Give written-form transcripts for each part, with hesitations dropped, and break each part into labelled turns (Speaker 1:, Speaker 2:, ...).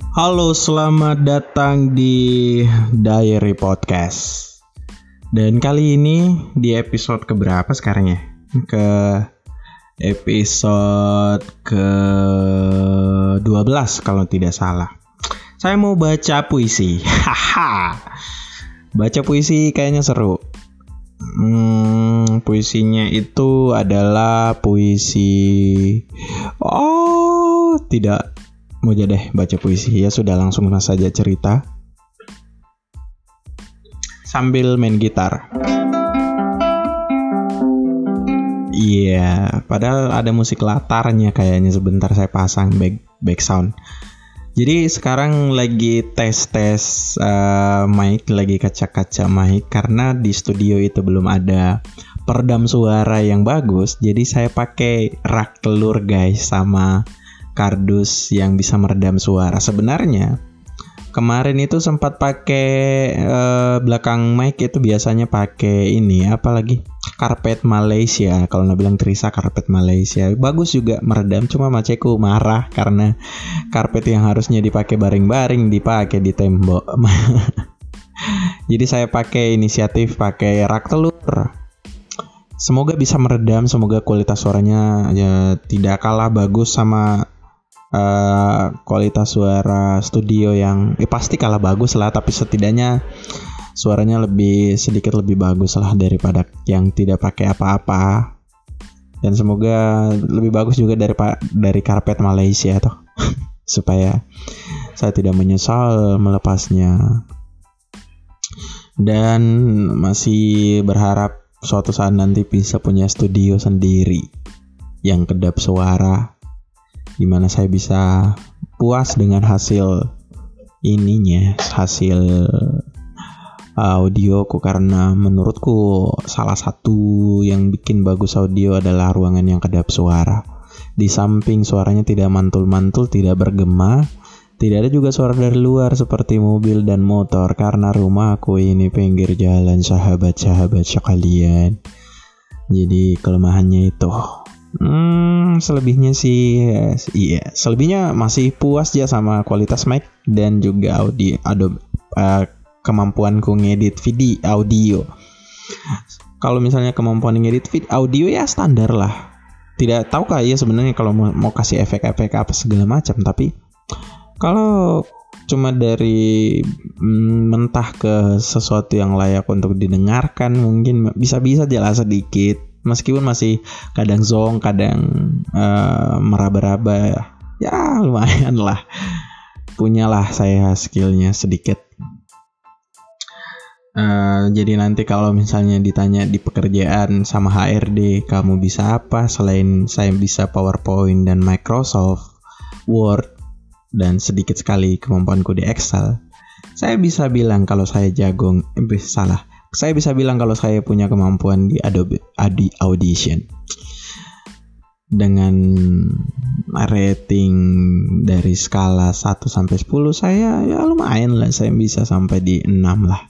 Speaker 1: Halo, selamat datang di Diary Podcast. Dan kali ini di episode keberapa sekarang ya? Ke episode ke-12 kalau tidak salah. Saya mau baca puisi. Baca puisi kayaknya seru. Puisinya itu adalah puisi. Tidak mau deh baca puisi, ya sudah langsung saja cerita sambil main gitar. Iya, padahal ada musik latarnya kayaknya, sebentar saya pasang back sound. Jadi sekarang lagi tes mic, lagi kaca mic karena di studio itu belum ada peredam suara yang bagus. Jadi saya pakai rak telur guys, sama kardus yang bisa meredam suara. Sebenarnya kemarin itu sempat pakai belakang mic itu biasanya pakai ini apalagi karpet Malaysia. Kalau nak bilang Trisa karpet Malaysia bagus juga meredam, cuma maceku marah karena karpet yang harusnya dipakai baring-baring dipakai di tembok. Jadi saya pakai inisiatif pakai rak telur. Semoga bisa meredam, semoga kualitas suaranya ya tidak kalah bagus sama kualitas suara studio yang pasti kalah bagus lah, tapi setidaknya suaranya sedikit lebih bagus lah daripada yang tidak pakai apa-apa. Dan semoga lebih bagus juga dari karpet Malaysia tuh. Supaya saya tidak menyesal melepasnya. Dan masih berharap suatu saat nanti bisa punya studio sendiri yang kedap suara, dimana saya bisa puas dengan hasil audioku. Karena menurutku salah satu yang bikin bagus audio adalah ruangan yang kedap suara. Di samping suaranya tidak mantul-mantul, tidak bergema, tidak ada juga suara dari luar seperti mobil dan motor, karena rumahku ini pinggir jalan sahabat-sahabat sekalian. Jadi kelemahannya itu. Selebihnya sih selebihnya masih puas ya sama kualitas mic dan juga kemampuanku ngedit video audio. Kalau misalnya kemampuan ngedit video audio ya standar lah. Tidak tahu ya sebenarnya kalau mau kasih efek-efek apa segala macam, tapi kalau cuma dari mentah ke sesuatu yang layak untuk didengarkan mungkin bisa jelas sedikit. Meskipun masih kadang zong, kadang meraba-raba, ya lumayan lah. Punyalah saya skillnya sedikit. Jadi nanti kalau misalnya ditanya di pekerjaan sama HRD, kamu bisa apa selain saya bisa PowerPoint dan Microsoft Word dan sedikit sekali kemampuanku di Excel, saya bisa bilang kalau saya jago. Saya bisa bilang kalau saya punya kemampuan di Adobe Audition. Dengan rating dari skala 1 sampai 10 saya ya lumayan lah, saya bisa sampai di 6 lah.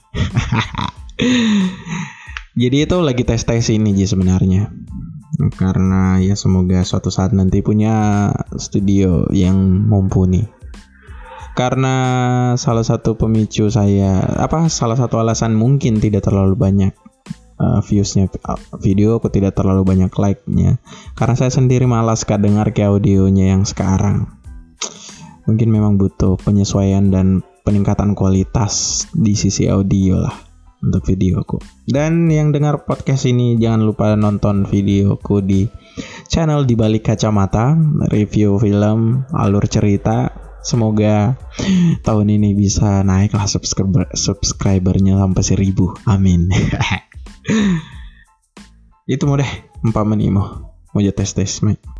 Speaker 1: Jadi itu lagi tes ini sebenarnya. Karena ya semoga suatu saat nanti punya studio yang mumpuni. Karena salah satu pemicu salah satu alasan mungkin tidak terlalu banyak viewsnya video aku, tidak terlalu banyak like-nya, karena saya sendiri malas dengar ke audionya yang sekarang. Mungkin memang butuh penyesuaian dan peningkatan kualitas di sisi audio lah untuk videoku. Dan yang dengar podcast ini jangan lupa nonton videoku di channel Di Balik Kacamata, review film, alur cerita. Semoga tahun ini bisa naiklah subscribernya sampai 1000. Amin. Itu mau deh 4 menit mau tes mic.